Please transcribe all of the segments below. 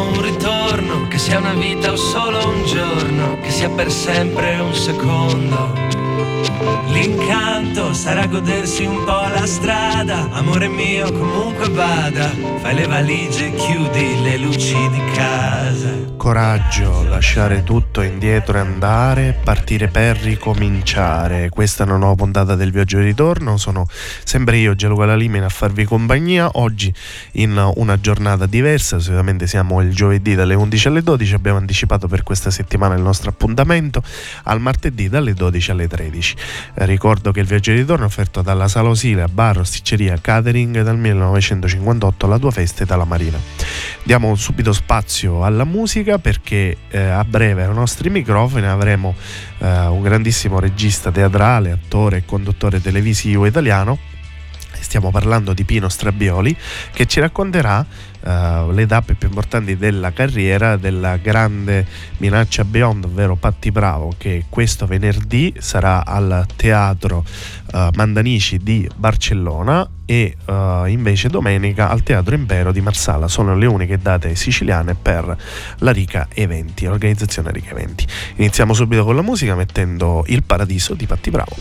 un ritorno, che sia una vita o solo un giorno, che sia per sempre un secondo. L'incanto sarà godersi un po' la strada, amore mio comunque vada, fai le valigie e chiudi le luci di casa. Coraggio, lasciare tutto indietro e andare, partire per ricominciare. Questa è una nuova puntata del Viaggio di Ritorno, sono sempre io, Gianluca Lalimina, a farvi compagnia. Oggi in una giornata diversa, solitamente siamo il giovedì dalle 11 alle 12, abbiamo anticipato per questa settimana il nostro appuntamento al martedì dalle 12 alle 13. Ricordo che il Viaggio di Ritorno è offerto dalla Sala Osile, bar, osticceria, catering dal 1958, la tua festa e dalla Marina. Diamo subito spazio alla musica perché a breve ai nostri microfoni avremo un grandissimo regista teatrale, attore e conduttore televisivo italiano. Stiamo parlando di Pino Strabioli, che ci racconterà le tappe più importanti della carriera della grande Minaccia Beyond, ovvero Patti Bravo, che questo venerdì sarà al Teatro Mandanici di Barcellona e invece domenica al Teatro Impero di Marsala. Sono le uniche date siciliane per la Rica Eventi, l'organizzazione Rica Eventi. Iniziamo subito con la musica mettendo Il Paradiso di Patti Bravo.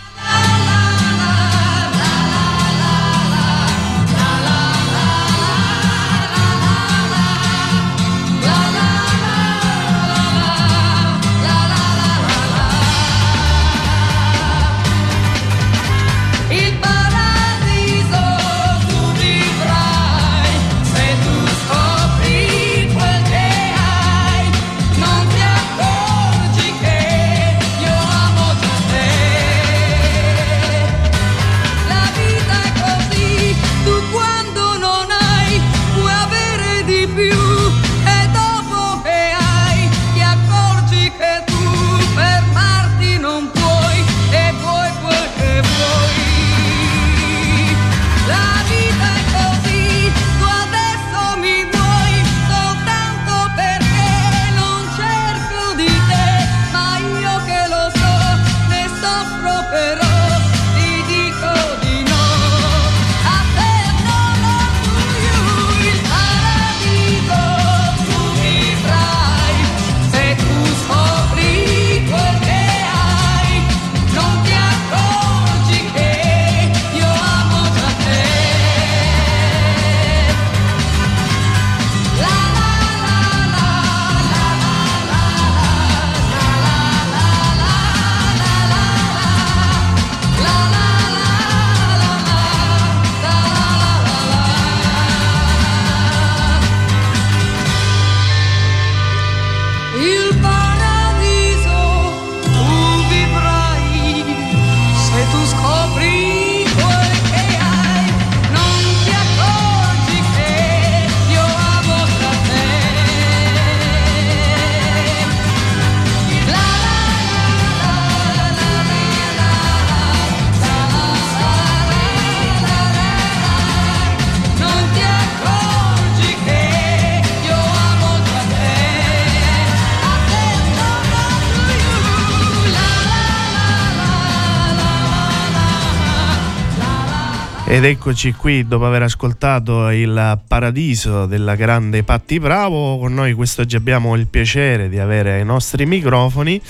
Ed eccoci qui dopo aver ascoltato Il Paradiso della grande Patti Bravo. Con noi quest'oggi abbiamo il piacere di avere ai nostri microfoni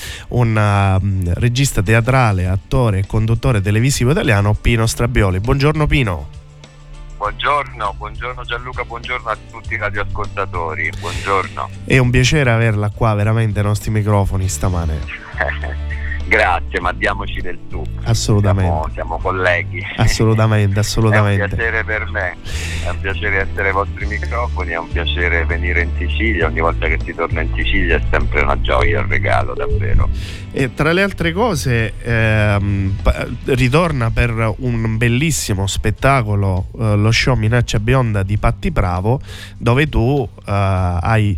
un regista teatrale, attore e conduttore televisivo italiano, Pino Strabioli. Buongiorno Pino. Buongiorno Gianluca, buongiorno a tutti i radioascoltatori, buongiorno. È un piacere averla qua veramente ai nostri microfoni stamane. Grazie, ma diamoci del tu. Assolutamente. Siamo colleghi. Assolutamente. È un piacere per me, è un piacere essere ai vostri microfoni, è un piacere venire in Sicilia. Ogni volta che si torna in Sicilia è sempre una gioia, un regalo, davvero. E tra le altre cose ritorna per un bellissimo spettacolo, lo show Minaccia Bionda di Patti Bravo, dove tu hai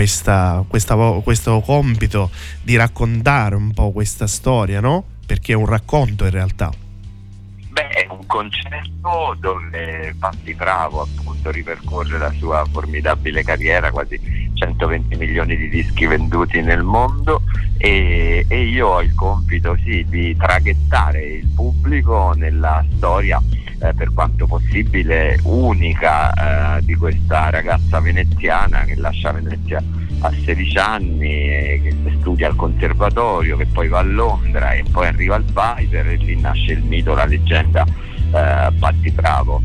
questo compito di raccontare un po' questa storia, no? Perché è un racconto in realtà. Beh, è un concerto dove Patti Bravo appunto ripercorre la sua formidabile carriera, quasi 120 milioni di dischi venduti nel mondo, e io ho il compito di traghettare il pubblico nella storia per quanto possibile unica di questa ragazza veneziana che lascia Venezia a 16 anni, che studia al conservatorio, che poi va a Londra e poi arriva al Viper, e lì nasce il mito, la leggenda Patti Bravo,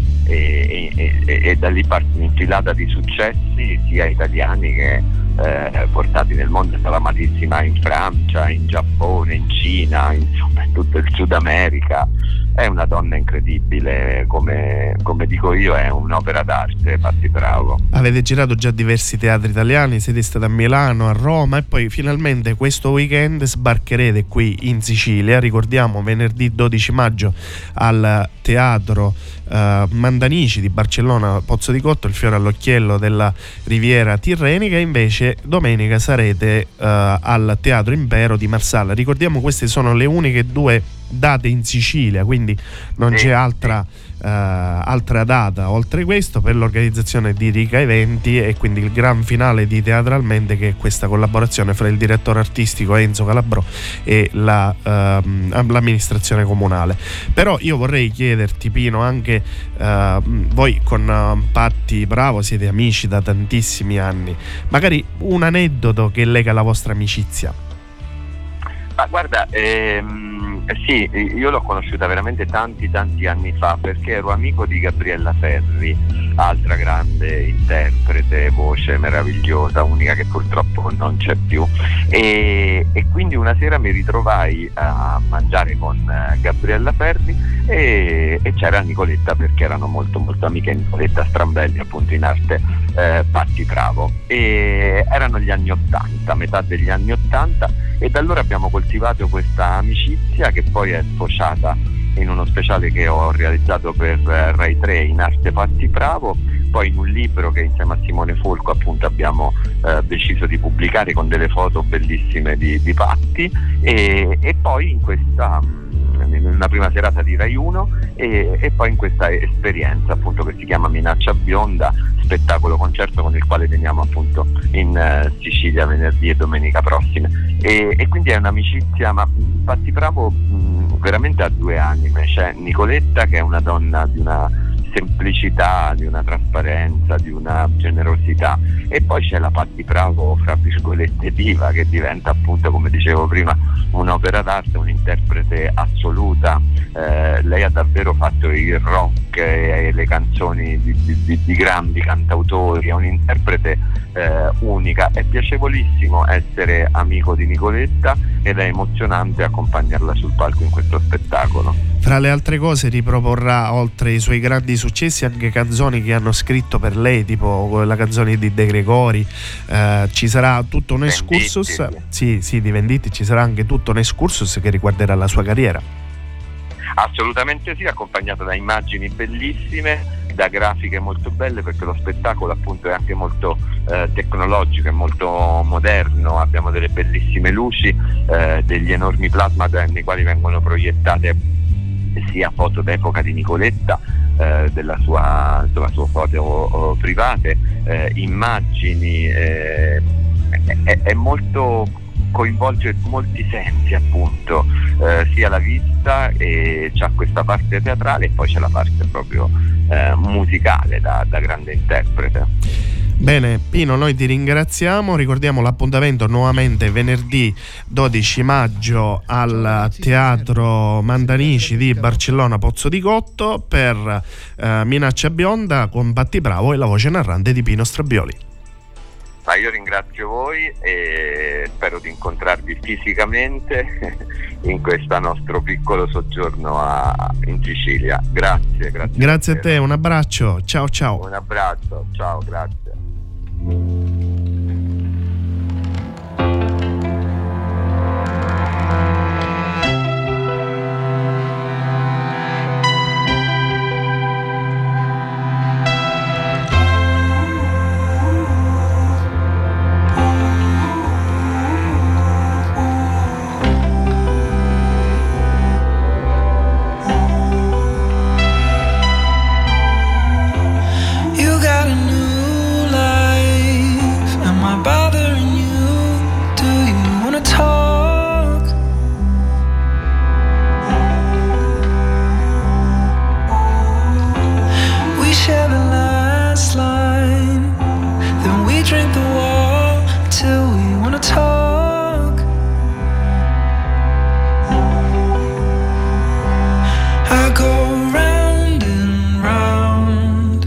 e da lì parte un'infilata di successi sia italiani che portati nel mondo. È stata amatissima in Francia, in Giappone, in Cina, insomma in tutto il Sud America. È una donna incredibile, come dico io, è un'opera d'arte, Patti Bravo. Avete girato già diversi teatri italiani, siete stati a Milano, a Roma, e poi finalmente questo weekend sbarcherete qui in Sicilia. Ricordiamo, venerdì 12 maggio al Teatro Mandanici di Barcellona Pozzo di Gotto, il fiore all'occhiello della Riviera Tirrenica, e invece domenica sarete al Teatro Impero di Marsala. Ricordiamo, queste sono le uniche due date in Sicilia, quindi non c'è altra data oltre questo per l'organizzazione di Rica Eventi, e quindi il gran finale di Teatralmente, che è questa collaborazione fra il direttore artistico Enzo Calabrò e l'amministrazione comunale. Però io vorrei chiederti, Pino, anche voi con Patti Bravo siete amici da tantissimi anni, magari un aneddoto che lega la vostra amicizia. Ma guarda, sì, io l'ho conosciuta veramente tanti anni fa, perché ero amico di Gabriella Ferri, altra grande interprete, voce meravigliosa, unica che purtroppo non c'è più, e quindi una sera mi ritrovai a mangiare con Gabriella Ferri e c'era Nicoletta, perché erano molto amiche. Nicoletta Strambelli, appunto in arte Patti Bravo, e erano gli anni 80, metà degli anni 80, e da allora abbiamo coltivato questa amicizia che poi è sfociata in uno speciale che ho realizzato per Rai 3, in arte Patti Bravo, poi in un libro che insieme a Simone Folco appunto abbiamo deciso di pubblicare, con delle foto bellissime di Patti, e poi in una prima serata di Rai 1 e poi in questa esperienza appunto che si chiama Minaccia Bionda, spettacolo concerto con il quale teniamo appunto in Sicilia venerdì e domenica prossime, e quindi è un'amicizia. Ma Patti Bravo veramente ha due anime: c'è Nicoletta, che è una donna di una semplicità, di una trasparenza, di una generosità, e poi c'è la Patti Bravo fra virgolette diva, che diventa appunto, come dicevo prima, un'opera d'arte, un'interprete assoluta. Lei ha davvero fatto il rock e le canzoni di grandi cantautori, è un'interprete unica. È piacevolissimo essere amico di Nicoletta ed è emozionante accompagnarla sul palco in questo spettacolo. Fra le altre cose riproporrà, oltre i suoi grandi successi, anche canzoni che hanno scritto per lei, tipo la canzone di De Gregori. Ci sarà tutto un excursus, sì, di Venditti, ci sarà anche tutto un excursus che riguarderà la sua carriera. Assolutamente sì, accompagnato da immagini bellissime, da grafiche molto belle, perché lo spettacolo appunto è anche molto tecnologico, è molto moderno. Abbiamo delle bellissime luci, degli enormi plasma nei quali vengono proiettate sia foto d'epoca di Nicoletta, della sua foto private, immagini, è molto, coinvolge molti sensi appunto, sia la vista, e c'ha questa parte teatrale e poi c'è la parte proprio musicale da grande interprete. Bene Pino, noi ti ringraziamo, ricordiamo l'appuntamento nuovamente venerdì 12 maggio al Teatro Mandanici di Barcellona Pozzo di Gotto per Minaccia Bionda con Patti Bravo e la voce narrante di Pino Strabioli. Ma io ringrazio voi e spero di incontrarvi fisicamente in questo nostro piccolo soggiorno in Sicilia. Grazie a te, un abbraccio, ciao. Un abbraccio, ciao, grazie. paint the wall till we wanna talk. I go round and round,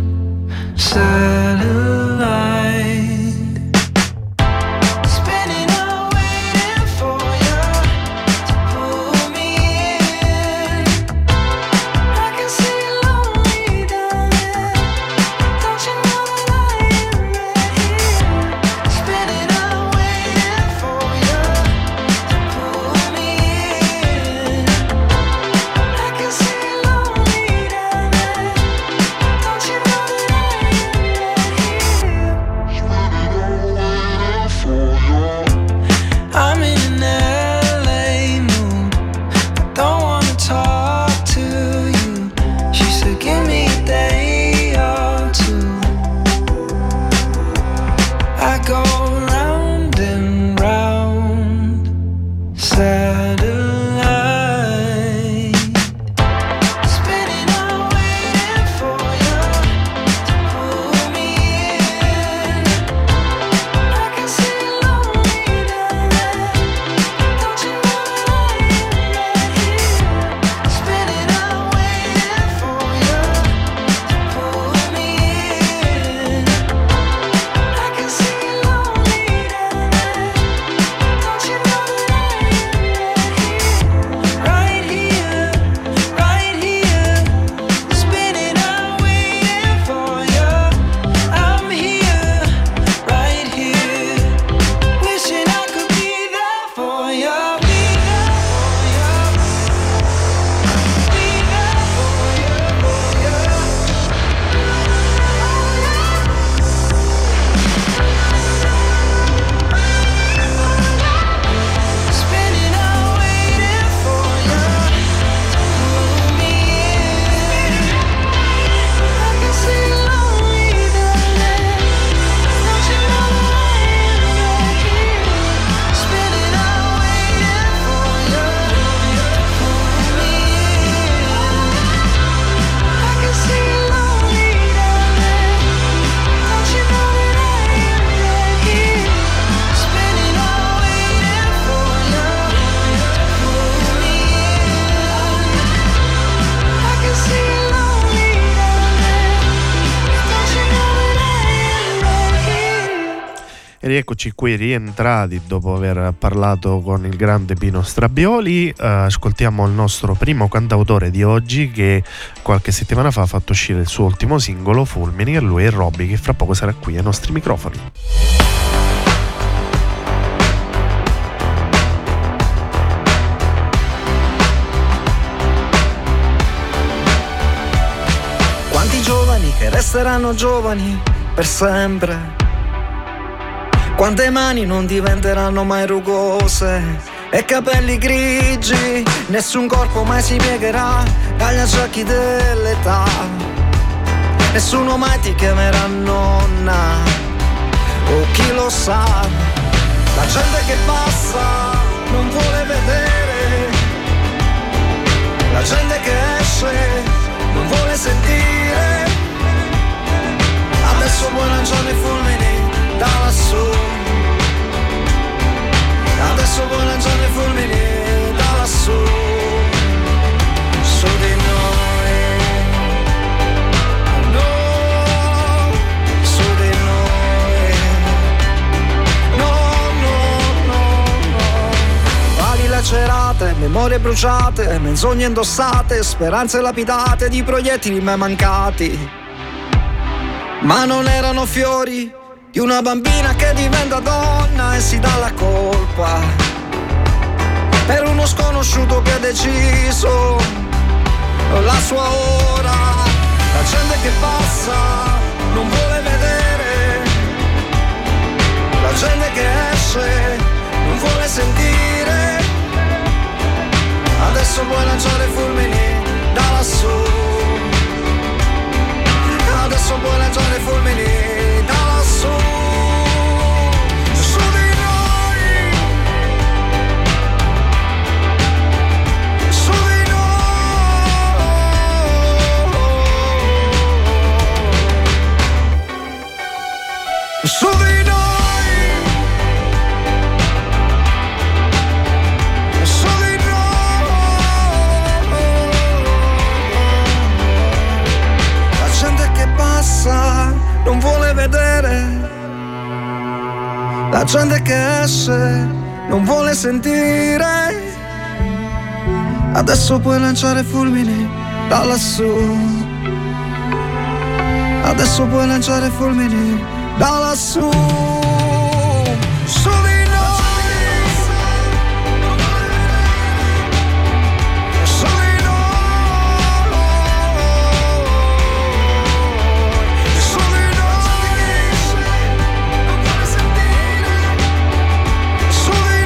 satellite, spinning out waiting for you to pull me in. I can see you lonely down there, don't you know that I am right here, spinning out waiting for you to pull me in. I can see you lonely down there, don't you know that I am right here. I'm in an LA mood, don't wanna talk to you. She said give me a day or two. I go round and round, satellite, spinning out waiting for you to pull me in. I can see you lonely down there, don't you know that I am right here, spinning out waiting for you to pull me in. I can see you lonely down there, don't you know that I am right here, right here, spinning out waiting for you. I'm here, right here, wishing I could be there for you, be there for you, be there for you, spinning out waiting for you to pull me in. I can see you lonely down there, don't you know that I am right here, spinning out waiting for you to pull me in. I can see you lonely down there, don't you know that I am right here, spinning out waiting for you to pull me in. I can see you lonely down there, don't you know that I am right here. E rieccoci qui rientrati dopo aver parlato con il grande Pino Strabioli. Ascoltiamo il nostro primo cantautore di oggi, che qualche settimana fa ha fatto uscire il suo ultimo singolo, Fulmini, e lui è Robby, che fra poco sarà qui ai nostri microfoni. Quanti giovani che resteranno giovani per sempre? Quante mani non diventeranno mai rugose e capelli grigi? Nessun corpo mai si piegherà agli acciacchi dell'età. Nessuno mai ti chiamerà nonna, o chi lo sa. La gente che passa non vuole vedere, la gente che esce non vuole sentire. Adesso puoi lanciare i fulmini da lassù, adesso puoi lanciare i fulmini da lassù, su di noi, no, su di noi, no, no, no, no. Ali lacerate, memorie bruciate, menzogne indossate, speranze lapidate di proiettili mai mancati. Ma non erano fiori di una bambina che diventa donna e si dà la colpa per uno sconosciuto che ha deciso la sua ora. La gente che passa non vuole vedere, la gente che esce non vuole sentire. Adesso puoi lanciare fulmini da lassù, adesso puoi lanciare fulmini da lassù, su di noi, su di noi, su di noi. La gente che esce non vuole sentire. Adesso puoi lanciare fulmini da lassù. Adesso puoi lanciare fulmini da lassù. Su di noi. Su di noi. Su di noi. Non vuole sentire. Su di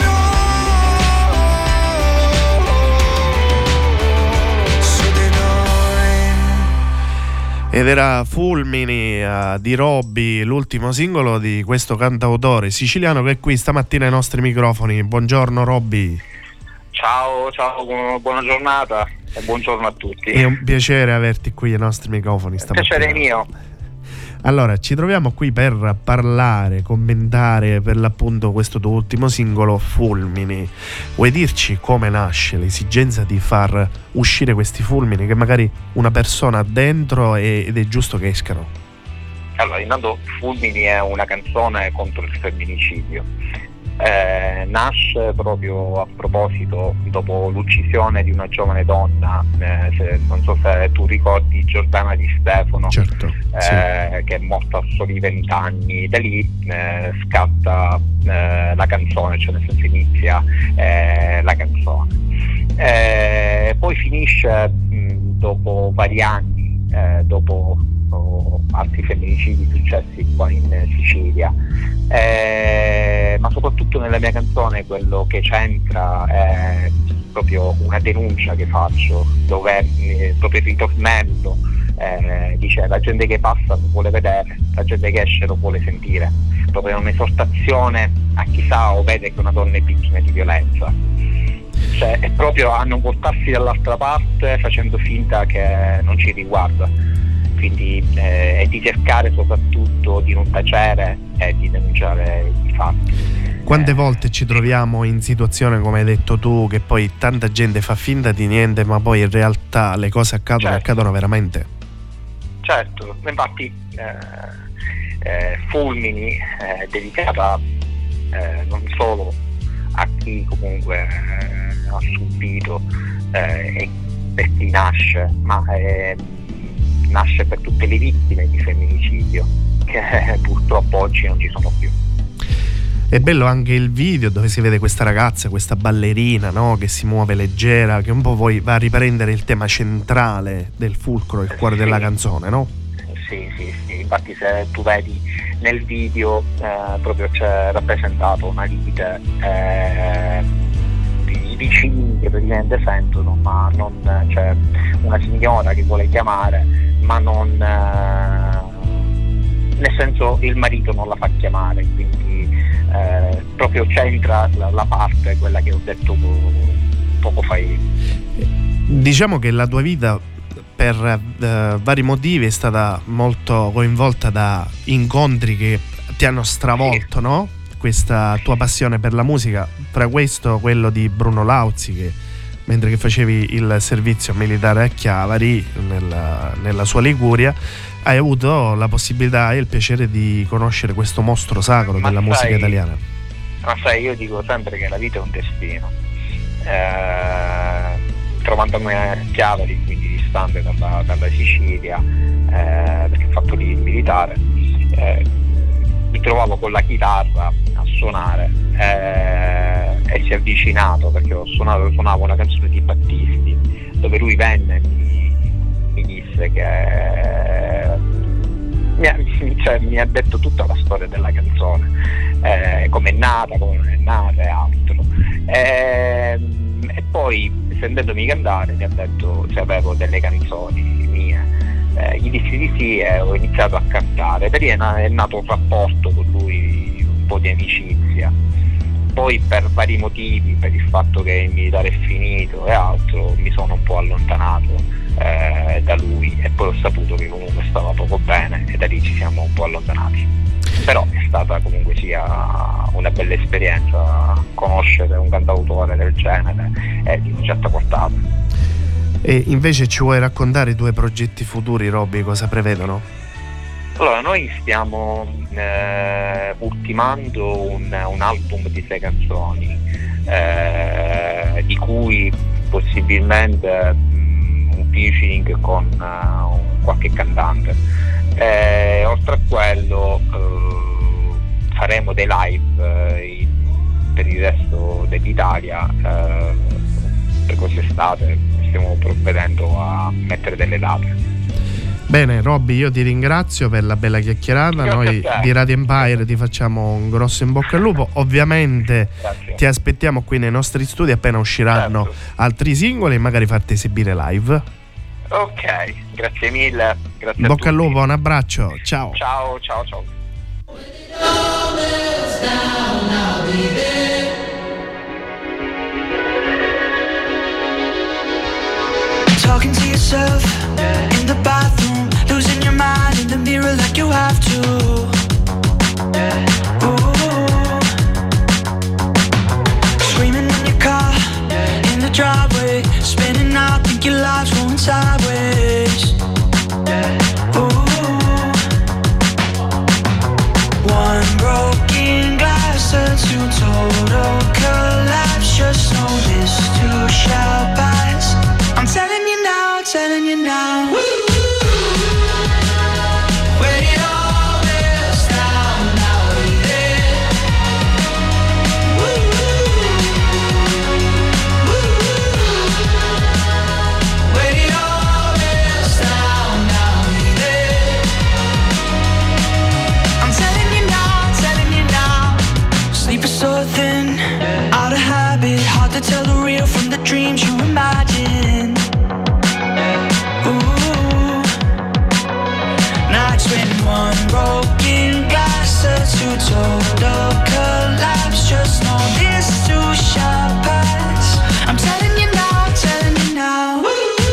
noi. Su di noi. Ed era Fulmini di Robby, l'ultimo singolo di questo cantautore siciliano che è qui stamattina ai nostri microfoni. Buongiorno Robby. Ciao, buona giornata e buongiorno a tutti. È un piacere averti qui ai nostri microfoni stamattina. Piacere mio. Allora, ci troviamo qui per parlare, commentare per l'appunto questo tuo ultimo singolo, Fulmini. Vuoi dirci come nasce l'esigenza di far uscire questi fulmini che magari una persona ha dentro ed è giusto che escano? Allora, intanto Fulmini è una canzone contro il femminicidio. Nasce proprio a proposito dopo l'uccisione di una giovane donna, non so se tu ricordi Giordana Di Stefano, Certo, sì. che è morta a soli 20 anni. Da lì scatta la canzone, cioè nel senso inizia la canzone. Poi finisce dopo vari anni, dopo altri femminicidi successi qua in Sicilia, ma soprattutto nella mia canzone quello che c'entra è proprio una denuncia che faccio, dove proprio il ritornello dice: la gente che passa lo vuole vedere, la gente che esce lo vuole sentire. Proprio un'esortazione a chi sa o vede che una donna è vittima di violenza, cioè è proprio a non voltarsi dall'altra parte facendo finta che non ci riguarda. Quindi è di cercare soprattutto di non tacere e di denunciare i fatti. Quante volte ci troviamo in situazione, come hai detto tu, che poi tanta gente fa finta di niente, ma poi in realtà le cose accadono, certo, accadono veramente? Certo, infatti Fulmini è dedicata non solo a chi comunque ha subito e per chi nasce, ma nasce per tutte le vittime di femminicidio che purtroppo oggi non ci sono più. È bello anche il video dove si vede questa ragazza, questa ballerina, no? Che si muove leggera, che un po' va a riprendere il tema centrale del fulcro, il cuore della canzone, no? Sì, infatti se tu vedi nel video proprio c'è rappresentato una lite i vicini che praticamente sentono, ma non c'è una signora che vuole chiamare, ma non nel senso il marito non la fa chiamare, quindi proprio c'entra la parte, quella che ho detto poco fa io. Diciamo che la tua vita per vari motivi è stata molto coinvolta da incontri che ti hanno stravolto, no? Questa tua passione per la musica, tra questo quello di Bruno Lauzi, che mentre che facevi il servizio militare a Chiavari nella sua Liguria hai avuto la possibilità e il piacere di conoscere questo mostro sacro della musica italiana. Ma sai, io dico sempre che la vita è un destino. Trovandomi a Chiavari, quindi distante dalla Sicilia, perché ho fatto lì il militare, mi trovavo con la chitarra a suonare e si è avvicinato perché suonavo una canzone di Battisti, dove lui venne e mi disse che mi ha detto tutta la storia della canzone, come è nata, come non è nata e altro, e poi sentendomi cantare mi ha detto se avevo delle canzoni mie. Gli dissi di sì e ho iniziato a cantare. Da lì è nato un rapporto con lui, un po' di amicizia. Poi per vari motivi, per il fatto che il militare è finito e altro, mi sono un po' allontanato da lui, e poi ho saputo che comunque stava poco bene e da lì ci siamo un po' allontanati. Però è stata comunque sia una bella esperienza conoscere un cantautore del genere e di una certa portata. E invece ci vuoi raccontare i tuoi progetti futuri, Robby, cosa prevedono? Allora, noi stiamo ultimando un album di 6 canzoni, di cui possibilmente un featuring con qualche cantante. Oltre a quello faremo dei live per il resto dell'Italia per quest'estate. Stiamo provvedendo a mettere delle date. Bene Robby, io ti ringrazio per la bella chiacchierata. Noi di Radio Empire ti facciamo un grosso in bocca al lupo. Ovviamente ti aspettiamo qui nei nostri studi appena usciranno altri singoli e magari farti esibire live. Ok, grazie mille. Grazie in bocca al lupo, un abbraccio, ciao. Ciao. Talking to yourself in the bathroom, losing your mind in the mirror like you have to. Ooh. Screaming in your car, in the driveway, spinning out, think your life's going sideways. Ooh. One broken glass turns to total collapse. Just know this too shall pass. I'm telling you now, telling you now. When it all melts down, now we're there. When it all melts down, now we're there. I'm telling you now. Sleep is so thin, out of habit, hard to tell the real from the dreams you imagine. Ooh. Nights when one broken glass turns to total collapse. Just know this too shall pass. I'm telling you now, telling you now.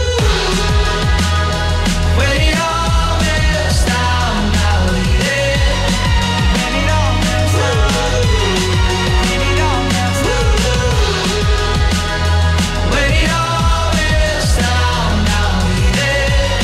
When it all melts down, now we're there. When it all melts down, when it all melts down, when it all melts down, now we're there.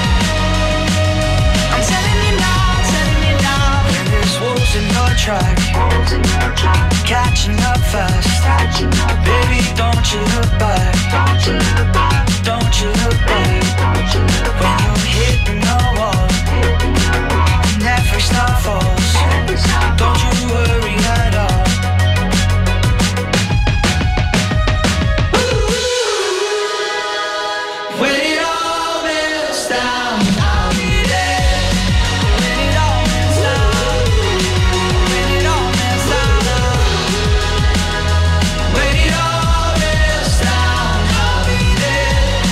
I'm telling you now. When there's wolves in our track, catching up fast. Baby, don't you look back. Don't you look back. When you're hitting the wall and every star falls, don't you worry at all. When it all melts down, I'll be there. When it all melts down, when it all melts down, when it all melts down, I'll be there.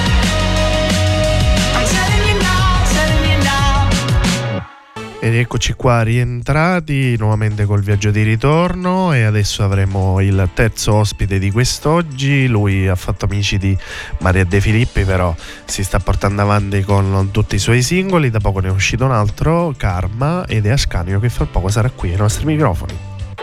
I'm telling you now. Ed eccoci qua rientrati nuovamente col viaggio di ritorno e adesso avremo il terzo ospite di quest'oggi. Lui ha fatto amici di Maria De Filippi, però si sta portando avanti con tutti i suoi singoli. Da poco ne è uscito un altro, Karma, ed è Ascanio che fra poco sarà qui ai nostri microfoni.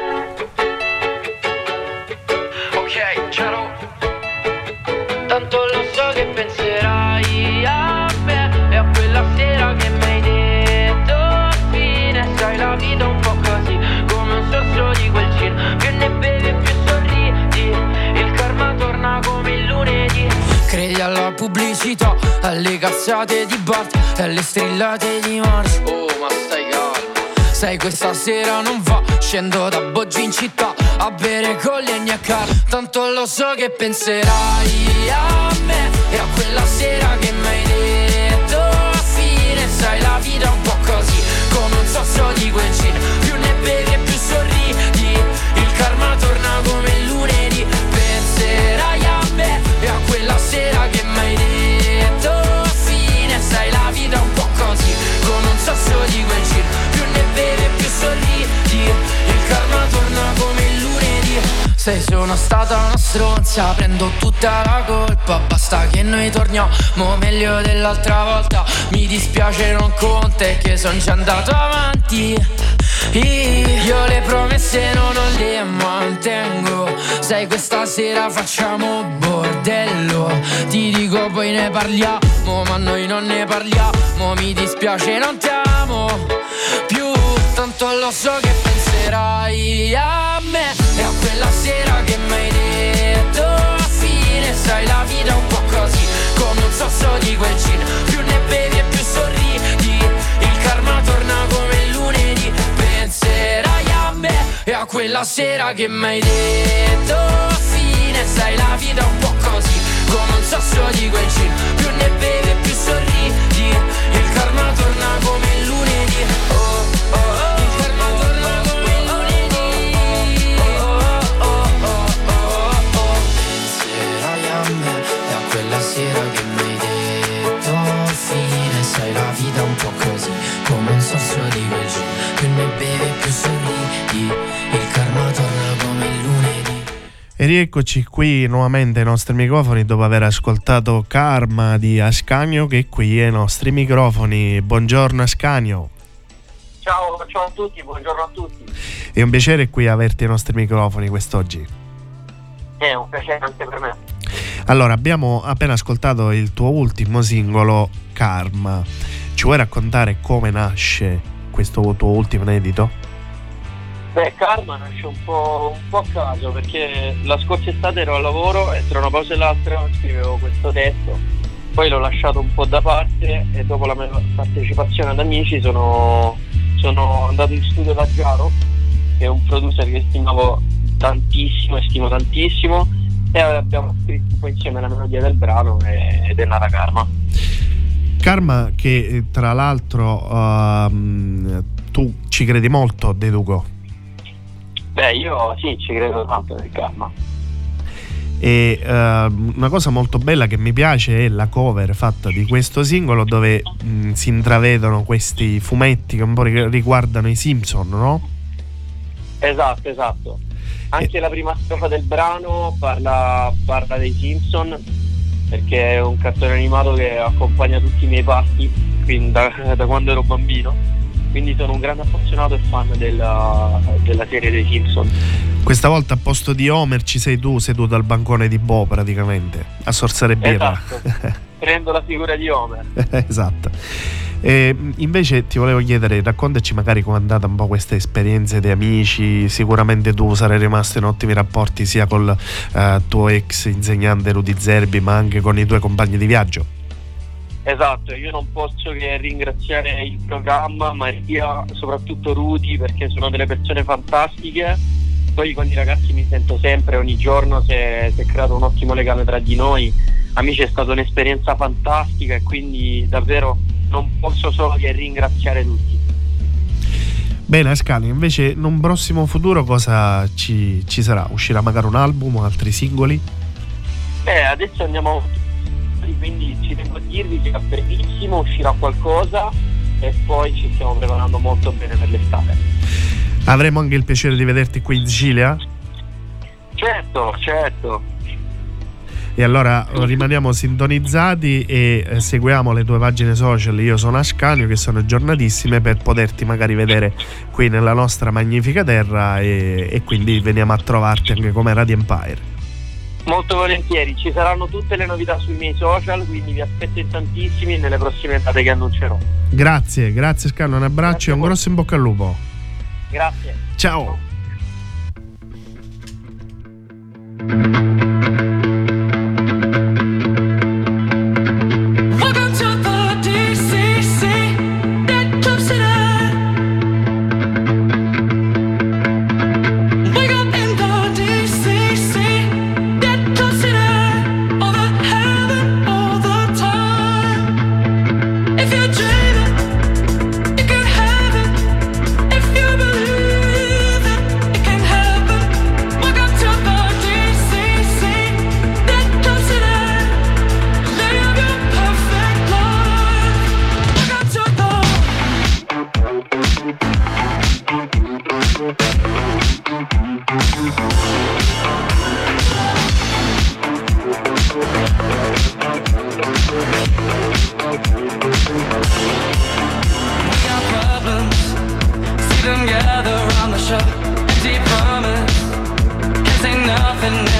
Ok, ciao. Tanto lo so che penserai a me e a quella sera che mi hai detto fine. Sai, la vita è un po' così, come un sorso di quel gin. Più ne bevi più sorridi, il karma torna come il lunedì. Credi alla pubblicità, alle cazzate di Bart e alle strillate di Mars. Oh, ma stai calmo. Sai, questa sera non va, scendo da Boggi in città a bere con gli NK. Tanto lo so che penserai a me e a quella sera che mi hai detto fine. Sai, la vita è un po' così, come un sasso di quel gin. Più ne bevi e più sorridi, il karma torna come il lunedì. Penserai a me e a quella sera che mi hai detto fine. Sai, la vita è un po' così, come un sasso di quel gin. Più ne bevi e più sorridi, il karma torna come il lunedì. Sai, sono stata una stronza, prendo tutta la colpa. Basta che noi torniamo meglio dell'altra volta. Mi dispiace non con te che son già andato avanti. Io le promesse non le mantengo. Sai sai questa sera facciamo bordello. Ti dico poi ne parliamo, ma noi non ne parliamo. Mi dispiace non ti amo più, tanto lo so che penserai a me e a quella sera che mi hai detto a fine. Sai la vita è un po' così, come un sasso di quel gin. Più ne bevi e più sorridi, il karma torna come il lunedì. Penserai a me e a quella sera che mi hai detto a fine. Sai la vita è un po' così, come un sasso di quel gin. Più ne bevi e più sorridi, il karma torna come il lunedì. Oh, oh, oh, il karma torna come il lunedì. Oh, oh, oh, oh, oh. Penserai a me e a quella sera che mi hai detto fine. Sai la vita è un po' così, come un sasso di quel gin. Più ne bevi più sorridi, il karma torna come il lunedì. E rieccoci qui nuovamente ai nostri microfoni dopo aver ascoltato Karma di Ascanio, che è qui ai nostri microfoni. Buongiorno Ascanio. Ciao a tutti, buongiorno a tutti. È un piacere qui averti ai nostri microfoni quest'oggi. È un piacere anche per me. Allora, abbiamo appena ascoltato il tuo ultimo singolo, Karma. Ci vuoi raccontare come nasce questo tuo ultimo inedito? Beh, Karma nasce un po' a caso, perché la scorsa estate ero al lavoro e tra una pausa e l'altra scrivevo questo testo. Poi l'ho lasciato un po' da parte e dopo la mia partecipazione ad Amici sono andato in studio da Giaro, che è un producer che stimavo tantissimo e stimo tantissimo, e abbiamo scritto un po' insieme la melodia del brano ed è nata Karma. Karma che tra l'altro tu ci credi molto, deduco. Beh, io sì, ci credo tanto nel Karma. E una cosa molto bella che mi piace è la cover fatta di questo singolo, dove si intravedono questi fumetti che un po' riguardano i Simpson, no? Esatto. Anche la prima strofa del brano parla dei Simpson, perché è un cartone animato che accompagna tutti i miei passi da quando ero bambino. Quindi sono un grande appassionato e fan della serie dei Simpson. Questa volta a posto di Homer ci sei tu seduto al bancone di Bo, praticamente, a sorsare birra. Esatto. Prendo la figura di Homer. Esatto. E invece ti volevo chiedere, raccontaci magari com'è andata un po' queste esperienze di Amici. Sicuramente tu sarai rimasto in ottimi rapporti sia col tuo ex insegnante Rudy Zerbi, ma anche con i tuoi compagni di viaggio. Esatto, io non posso che ringraziare il programma, Maria, soprattutto Rudy, perché sono delle persone fantastiche. Poi con i ragazzi mi sento sempre, ogni giorno si è creato un ottimo legame tra di noi. Amici, è stata un'esperienza fantastica e quindi davvero non posso solo che ringraziare tutti. Bene Ascanio, invece in un prossimo futuro cosa ci sarà? Uscirà magari un album o altri singoli? Adesso andiamo, quindi ci devo dirvi che a brevissimo uscirà qualcosa e poi ci stiamo preparando molto bene per l'estate. Avremo anche il piacere di vederti qui in Sicilia? Certo. E allora rimaniamo sintonizzati e seguiamo le tue pagine social. Io sono Ascanio, che sono aggiornatissime, per poterti magari vedere qui nella nostra magnifica terra e quindi veniamo a trovarti anche come Radio Empire. Molto volentieri, ci saranno tutte le novità sui miei social, quindi vi aspetto in tantissimi nelle prossime date che annuncerò. Grazie Ascanio, un abbraccio e un grosso in bocca al lupo. Grazie. Ciao. Gather around the shop, empty promise, can't say nothing.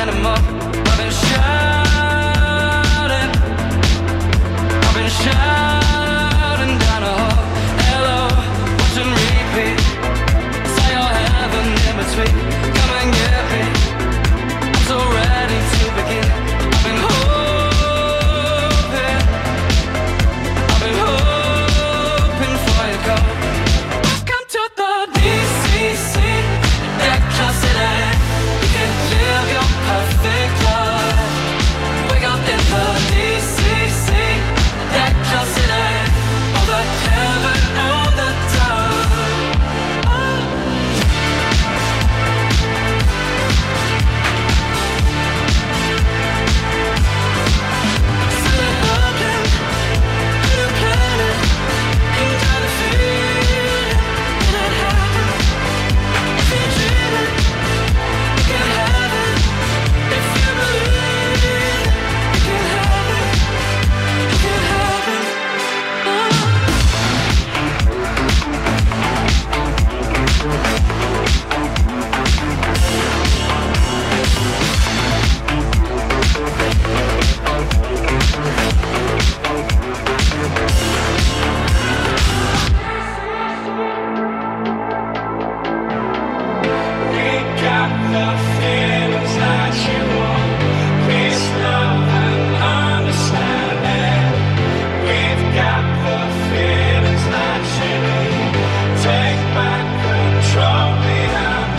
the feelings that you want. Peace, love, and understanding. We've got the feelings that you need. Take back control behind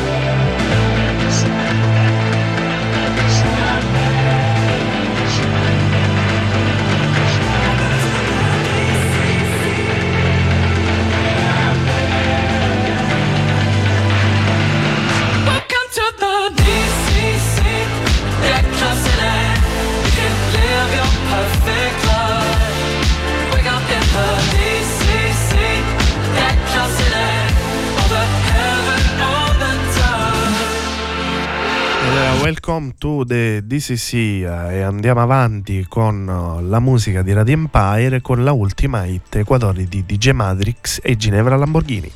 Welcome to the DCC. Get close in it. You can live your perfect life. Wake up in the DCC. Get close in it. All the heaven, all the time. Welcome to the DCC e andiamo avanti con la musica di Radio Empire con la ultima hit Equatori di DJ Matrix e Ginevra Lamborghini.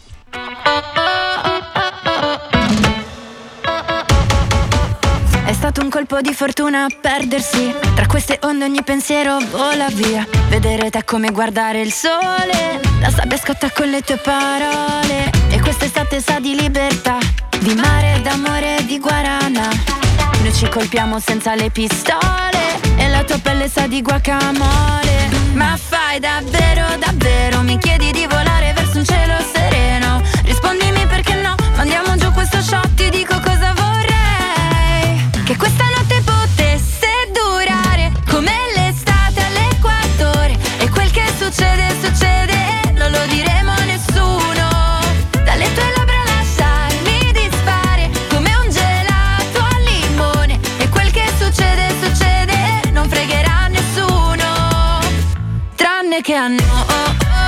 È stato un colpo di fortuna perdersi tra queste onde, ogni pensiero vola via. Vedere te come guardare il sole, la sabbia scotta con le tue parole. E quest'estate sa di libertà, di mare, d'amore e di guarana. Noi ci colpiamo senza le pistole e la tua pelle sa di guacamole. Ma fai davvero, davvero, mi chiedi di volare verso un cielo sereno. Rispondimi perché no, mandiamo giù questo shot, ti dico cosa vorrei. Che questa notte potesse durare come l'estate all'equatore. E quel che succede, succede, non lo diremo a nessuno. Dalle tue labbra lasciarmi dispare come un gelato al limone. E quel che succede, succede, non fregherà nessuno. Tranne che a noi.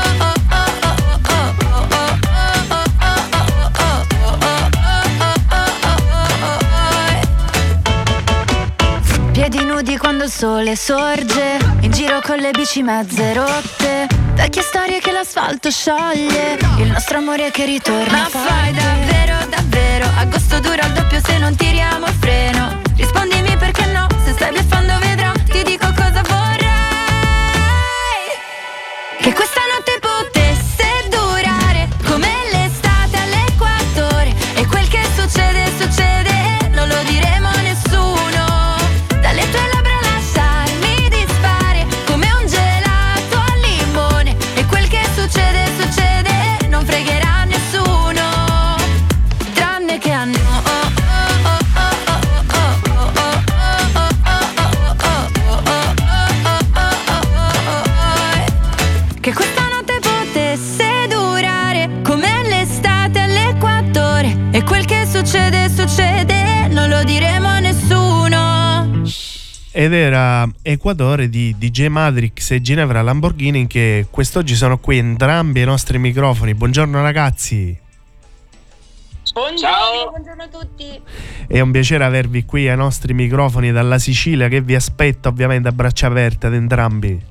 Piedi nudi quando il sole sorge, in giro con le bici mezze rotte, vecchie storie che l'asfalto scioglie, il nostro amore che ritorna. Ma fai davvero, davvero, agosto dura il doppio se non tiriamo il freno. Rispondimi perché no, se stai bluffando vedrò, ti dico cosa vorrei. Che questa notte potesse durare come l'estate all'equatore. E quel che succede, succede, non lo diremo a nessuno. Dalle tue labbra lasciarmi dispare come un gelato al limone. E quel che succede, succede, non fregherà nessuno. Tranne che a noi. Che questa notte potesse durare come l'estate all'equatore. E quel che succede, succede, non lo diremo a nessuno. Ed era Equatore di DJ Matrix e Ginevra Lamborghini, che quest'oggi sono qui entrambi ai nostri microfoni. Buongiorno ragazzi. Buongiorno, Ciao. buongiorno a tutti. È un piacere avervi qui ai nostri microfoni dalla Sicilia, che vi aspetta ovviamente a braccia aperte ad entrambi.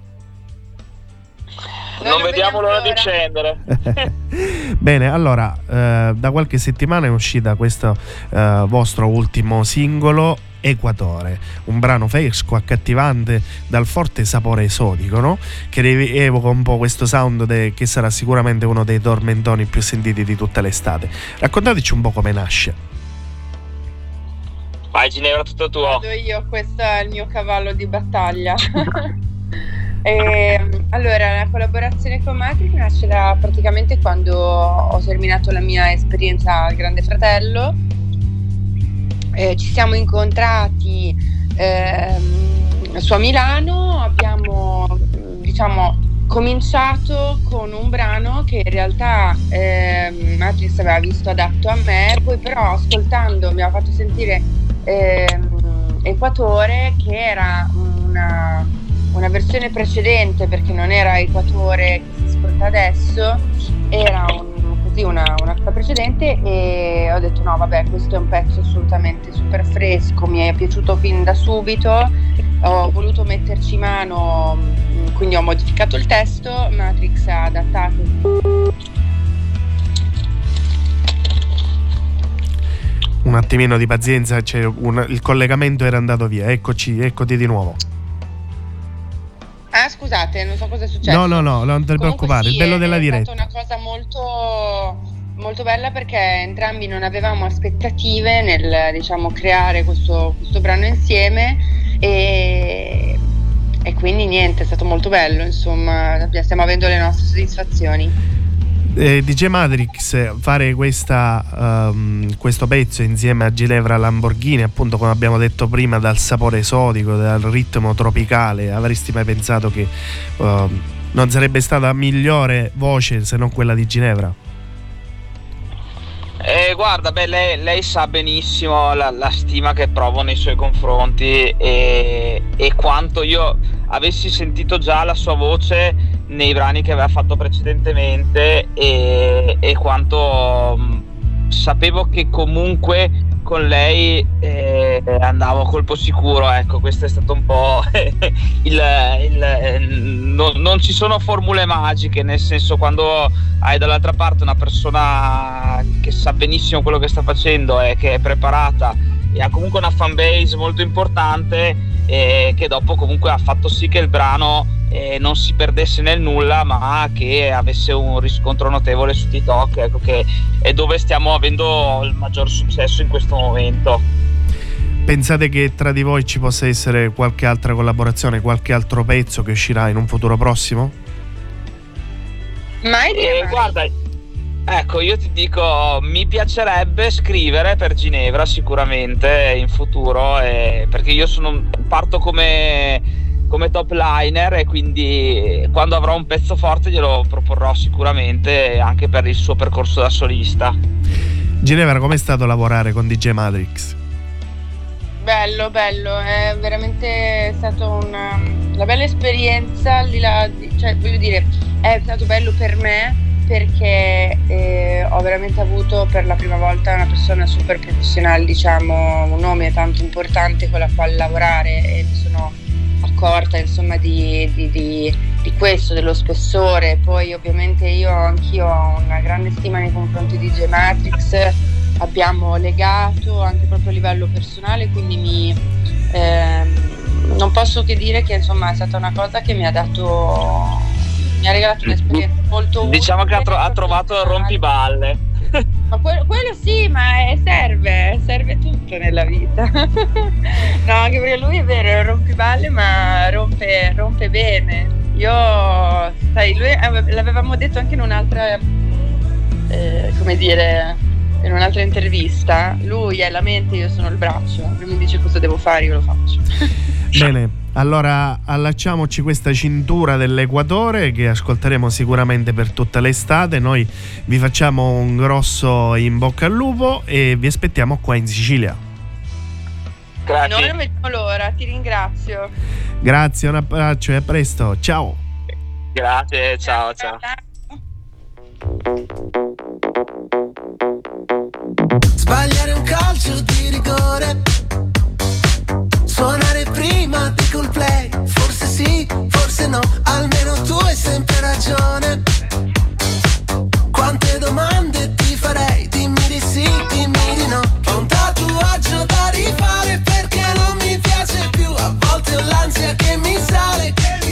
Non vediamo l'ora di scendere. Bene, allora da qualche settimana è uscita questo vostro ultimo singolo, Equatore, un brano fresco, accattivante, dal forte sapore esotico, no? Che evoca un po' questo sound che sarà sicuramente uno dei tormentoni più sentiti di tutta l'estate. Raccontateci un po' come nasce. Vai Ginevra, tutto tuo. Vado io, questo è il mio cavallo di battaglia. Allora, la collaborazione con Matrix nasce da praticamente quando ho terminato la mia esperienza al Grande Fratello. Ci siamo incontrati su a Milano, abbiamo cominciato con un brano che in realtà Matrix aveva visto adatto a me, poi però ascoltando mi ha fatto sentire Equatore, che era una versione precedente, perché non era Equatore che si ascolta adesso, era una cosa precedente, e ho detto no vabbè, questo è un pezzo assolutamente super fresco, mi è piaciuto fin da subito, ho voluto metterci mano, quindi ho modificato il testo, Matrix ha adattato. Un attimino di pazienza, il collegamento era andato via, eccoti di nuovo. Ah, scusate, non so cosa è successo. No, non ti preoccupare, sì, il bello della è diretta. stata una cosa molto molto bella perché entrambi non avevamo aspettative nel, diciamo, creare questo brano insieme e quindi niente, è stato molto bello, insomma, stiamo avendo le nostre soddisfazioni. DJ Matrix, fare questo pezzo insieme a Ginevra Lamborghini, appunto come abbiamo detto prima, dal sapore esotico, dal ritmo tropicale, avresti mai pensato che non sarebbe stata migliore voce se non quella di Ginevra? Guarda, lei sa benissimo la stima che provo nei suoi confronti e quanto io avessi sentito già la sua voce nei brani che aveva fatto precedentemente e quanto sapevo che comunque con lei andavo a colpo sicuro. Ecco, questo è stato un po' non ci sono formule magiche, nel senso, quando hai dall'altra parte una persona che sa benissimo quello che sta facendo e che è preparata e ha comunque una fan base molto importante, che dopo comunque ha fatto sì che il brano non si perdesse nel nulla, ma che avesse un riscontro notevole su TikTok, ecco, che è dove stiamo avendo il maggior successo in questo momento. Pensate che tra di voi ci possa essere qualche altra collaborazione, qualche altro pezzo che uscirà in un futuro prossimo? Mai dire mai. Guarda, ecco, io ti dico, mi piacerebbe scrivere per Ginevra sicuramente in futuro, perché io parto come top liner e quindi quando avrò un pezzo forte glielo proporrò sicuramente anche per il suo percorso da solista. Ginevra, com'è stato lavorare con DJ Matrix? Bello, è veramente stata una bella esperienza, al di là cioè, voglio dire, è stato bello per me perché ho veramente avuto per la prima volta una persona super professionale, diciamo, un nome tanto importante con la quale lavorare, e mi sono accorta, insomma, di questo, dello spessore. Poi ovviamente anch'io ho una grande stima nei confronti di DJ Matrix, abbiamo legato anche proprio a livello personale, quindi non posso che dire che, insomma, è stata una cosa che mi ha regalato un'esperienza molto utile. Diciamo che ha trovato il rompiballe. Ma quello sì, ma serve tutto nella vita. No, anche perché lui è vero, è un rompiballe, ma rompe bene. Io, sai, lui l'avevamo detto anche in un'altra come dire, in un'altra intervista. Lui è la mente, io sono il braccio. Lui mi dice cosa devo fare, io lo faccio. Bene, allora allacciamoci questa cintura dell'Equatore che ascolteremo sicuramente per tutta l'estate. Noi vi facciamo un grosso in bocca al lupo e vi aspettiamo qua in Sicilia. Grazie. Noi non vediamo l'ora, ti ringrazio. Grazie, un abbraccio e a presto, ciao. Grazie, ciao. Sbagliare un calcio di rigore, suonare prima di Coldplay, forse sì, forse no, almeno tu hai sempre ragione. Quante domande ti farei, dimmi di sì, dimmi di no. Ho un tatuaggio da rifare perché non mi piace più, a volte ho l'ansia che mi sale,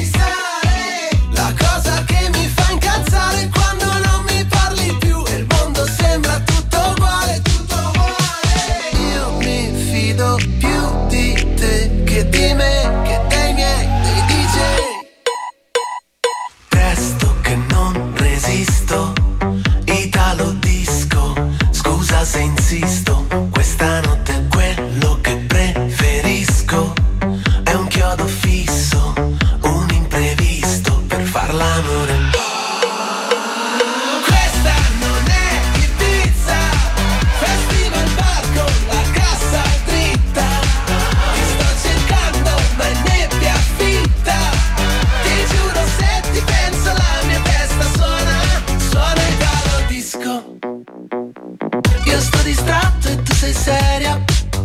la cosa che mi fa incazzare quando non mi parli più e il mondo sembra tutto uguale. Io mi fido più di te che di me, che dei miei, dei DJ. Presto che non resisto, Italo disco, scusa se insisto, questa notte è quello che preferisco, è un chiodo fisso, un imprevisto per far l'amore. Questa non è Ibiza, festival bar con la cassa dritta, ti sto cercando ma è nebbia fitta, ti giuro se ti penso la mia testa suona Italo disco. Io sto distratto e tu sei seria,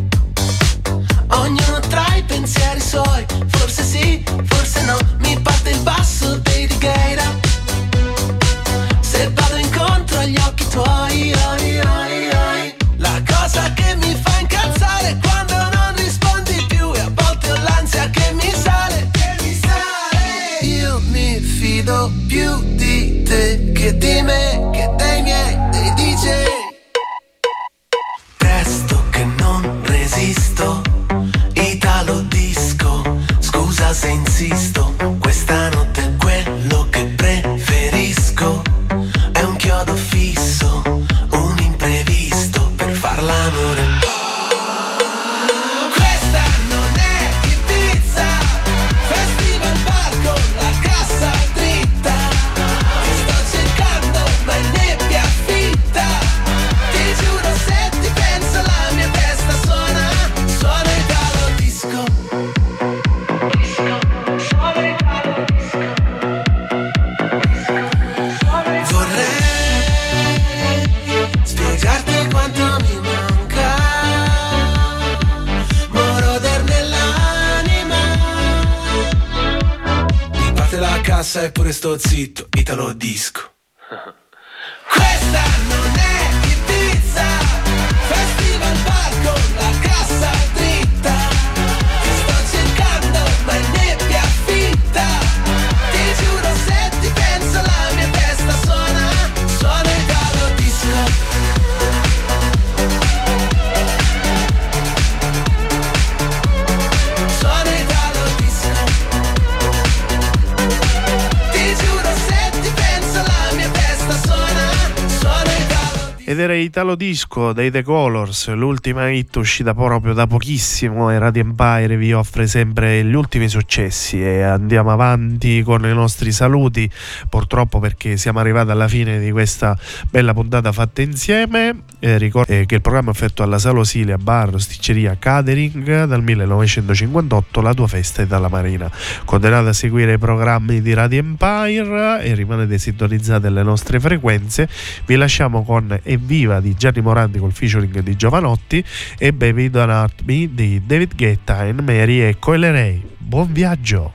ognuno tra i pensieri suoi, forse sì, forse no, mi parte il basso dei Righeira, se vado incontro agli occhi tuoi, la cosa che mi fa incazzare è quando non rispondi più e a volte ho l'ansia che mi sale. Io mi fido più di te che di me, che dei miei, dei DJ. cassa e pure sto zitto, Italo Disco. Questa non è Ibiza, festival bar con la cassa dritta. Ti sto cercando ma è nebbia fitta. Ti giuro se ti penso la mia testa suona Italo Disco. Ed era Italo Disco dei The Colors, l'ultima hit uscita proprio da pochissimo, e Radio Empire vi offre sempre gli ultimi successi. E andiamo avanti con i nostri saluti, purtroppo, perché siamo arrivati alla fine di questa bella puntata fatta insieme. Ricordo che il programma è offerto alla Sala Osilia Bar, Osticceria, Catering dal 1958, la tua festa è dalla Marina. Continuate a seguire i programmi di Radio Empire e rimanete sintonizzati alle nostre frequenze. Vi lasciamo con Evviva di Gianni Morandi col featuring di Giovanotti e Baby Don't Hurt Me di David Guetta e Mary e Coyle Ray. Buon viaggio!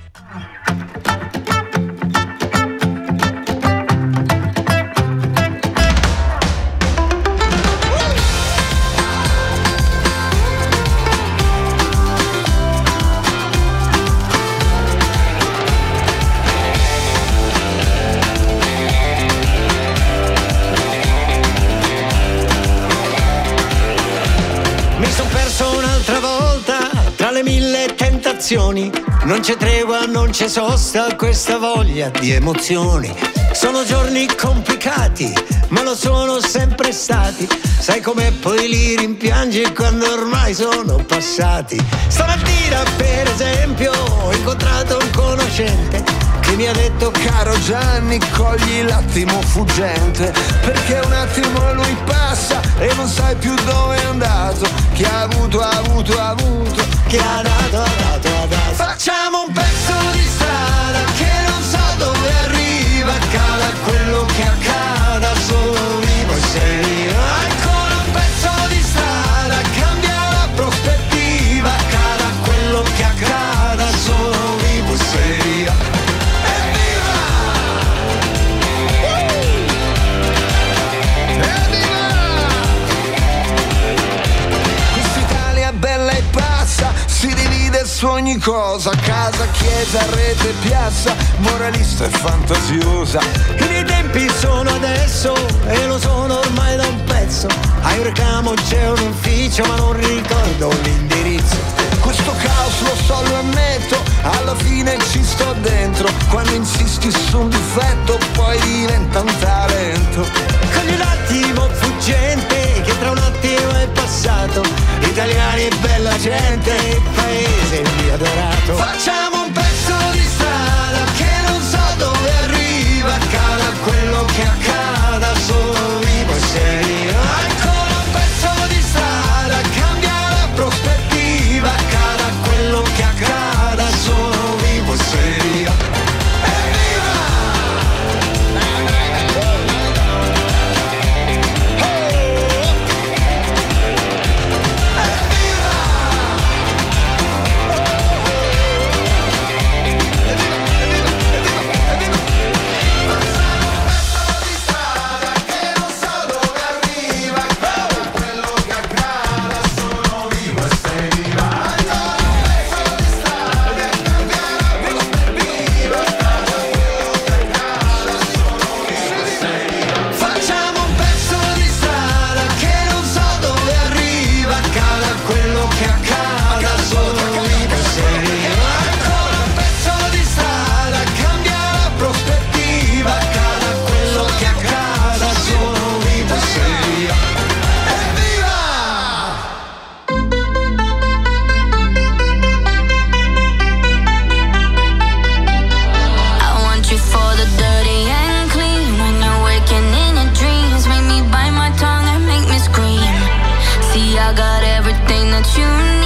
Non c'è tregua, non c'è sosta, questa voglia di emozioni. Sono giorni complicati, ma lo sono sempre stati. Sai com'è, poi li rimpiangi quando ormai sono passati. Stamattina per esempio ho incontrato un conoscente che mi ha detto: caro Gianni, cogli l'attimo fuggente, perché un attimo lui passa e non sai più dove è andato. Chi ha avuto, chi ha dato. Facciamo un pezzo di strada che non so dove arriva, accada quello che accada, solo vivo e sei. Ancora un pezzo di strada, cambia la prospettiva, accada quello che accada, solo vivo e sei. Evviva! Quest'Italia è bella e pazza, si divide su ogni cosa, casa, chiesa, rete, piazza, moralista e fantasiosa. I miei tempi sono adesso e lo sono ormai da un pezzo. A un recamo c'è un ufficio ma non ricordo l'indirizzo. Questo caos lo so, lo ammetto, alla fine ci sto dentro. Quando insisti su un difetto poi diventa un talento. Cogli l'attimo fuggente che tra un attimo è passato. Italiani e bella gente, il paese mio adorato. Facciamo un pezzo di strada che non so dove arriva, accada quello che accada, solo vivo e sei. Ancora un pezzo di strada, cambia la prospettiva, accada quello che accada, solo vivo e sei. Evviva! I got everything that you need.